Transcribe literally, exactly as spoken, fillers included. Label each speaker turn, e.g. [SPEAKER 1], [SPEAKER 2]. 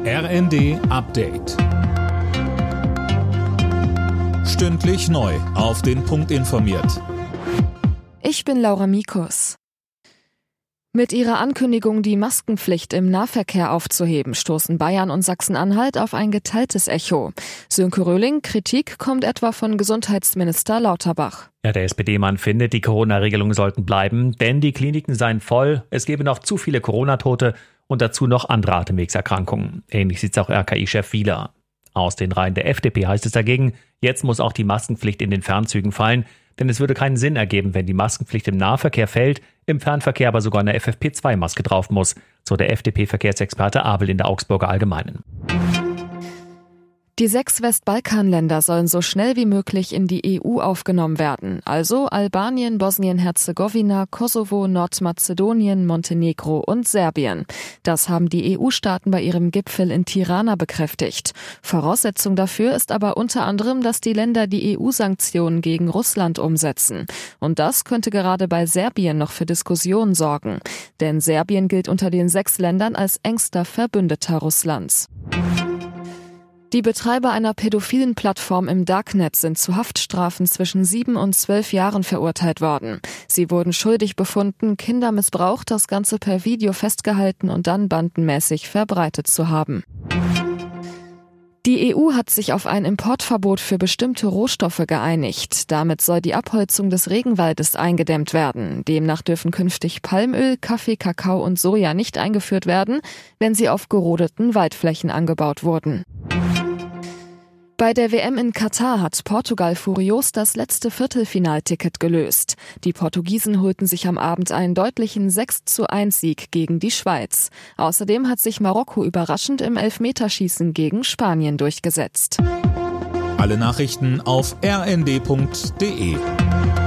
[SPEAKER 1] R N D Update. Stündlich neu auf den Punkt informiert.
[SPEAKER 2] Ich bin Laura Mikus. Mit ihrer Ankündigung, die Maskenpflicht im Nahverkehr aufzuheben, stoßen Bayern und Sachsen-Anhalt auf ein geteiltes Echo. Sönke Röhling, Kritik kommt etwa von Gesundheitsminister Lauterbach.
[SPEAKER 3] Ja, der S P D-Mann findet, die Corona-Regelungen sollten bleiben, denn die Kliniken seien voll, es gebe noch zu viele Corona-Tote und dazu noch andere Atemwegserkrankungen. Ähnlich sieht es auch R K I-Chef Wieler. Aus den Reihen der F D P heißt es dagegen, jetzt muss auch die Maskenpflicht in den Fernzügen fallen, denn es würde keinen Sinn ergeben, wenn die Maskenpflicht im Nahverkehr fällt, im Fernverkehr aber sogar eine F F P zwei Maske drauf muss, so der F D P-Verkehrsexperte Abel in der Augsburger Allgemeinen.
[SPEAKER 2] Die sechs Westbalkanländer sollen so schnell wie möglich in die E U aufgenommen werden, also Albanien, Bosnien-Herzegowina, Kosovo, Nordmazedonien, Montenegro und Serbien. Das haben die E U-Staaten bei ihrem Gipfel in Tirana bekräftigt. Voraussetzung dafür ist aber unter anderem, dass die Länder die E U-Sanktionen gegen Russland umsetzen. Und das könnte gerade bei Serbien noch für Diskussionen sorgen. Denn Serbien gilt unter den sechs Ländern als engster Verbündeter Russlands. Die Betreiber einer pädophilen Plattform im Darknet sind zu Haftstrafen zwischen sieben und zwölf Jahren verurteilt worden. Sie wurden schuldig befunden, Kinder missbraucht, das Ganze per Video festgehalten und dann bandenmäßig verbreitet zu haben. Die E U hat sich auf ein Importverbot für bestimmte Rohstoffe geeinigt. Damit soll die Abholzung des Regenwaldes eingedämmt werden. Demnach dürfen künftig Palmöl, Kaffee, Kakao und Soja nicht eingeführt werden, wenn sie auf gerodeten Waldflächen angebaut wurden. Bei der W M in Katar hat Portugal furios das letzte Viertelfinalticket gelöst. Die Portugiesen holten sich am Abend einen deutlichen sechs zu eins Sieg gegen die Schweiz. Außerdem hat sich Marokko überraschend im Elfmeterschießen gegen Spanien durchgesetzt.
[SPEAKER 1] Alle Nachrichten auf r n d punkt d e.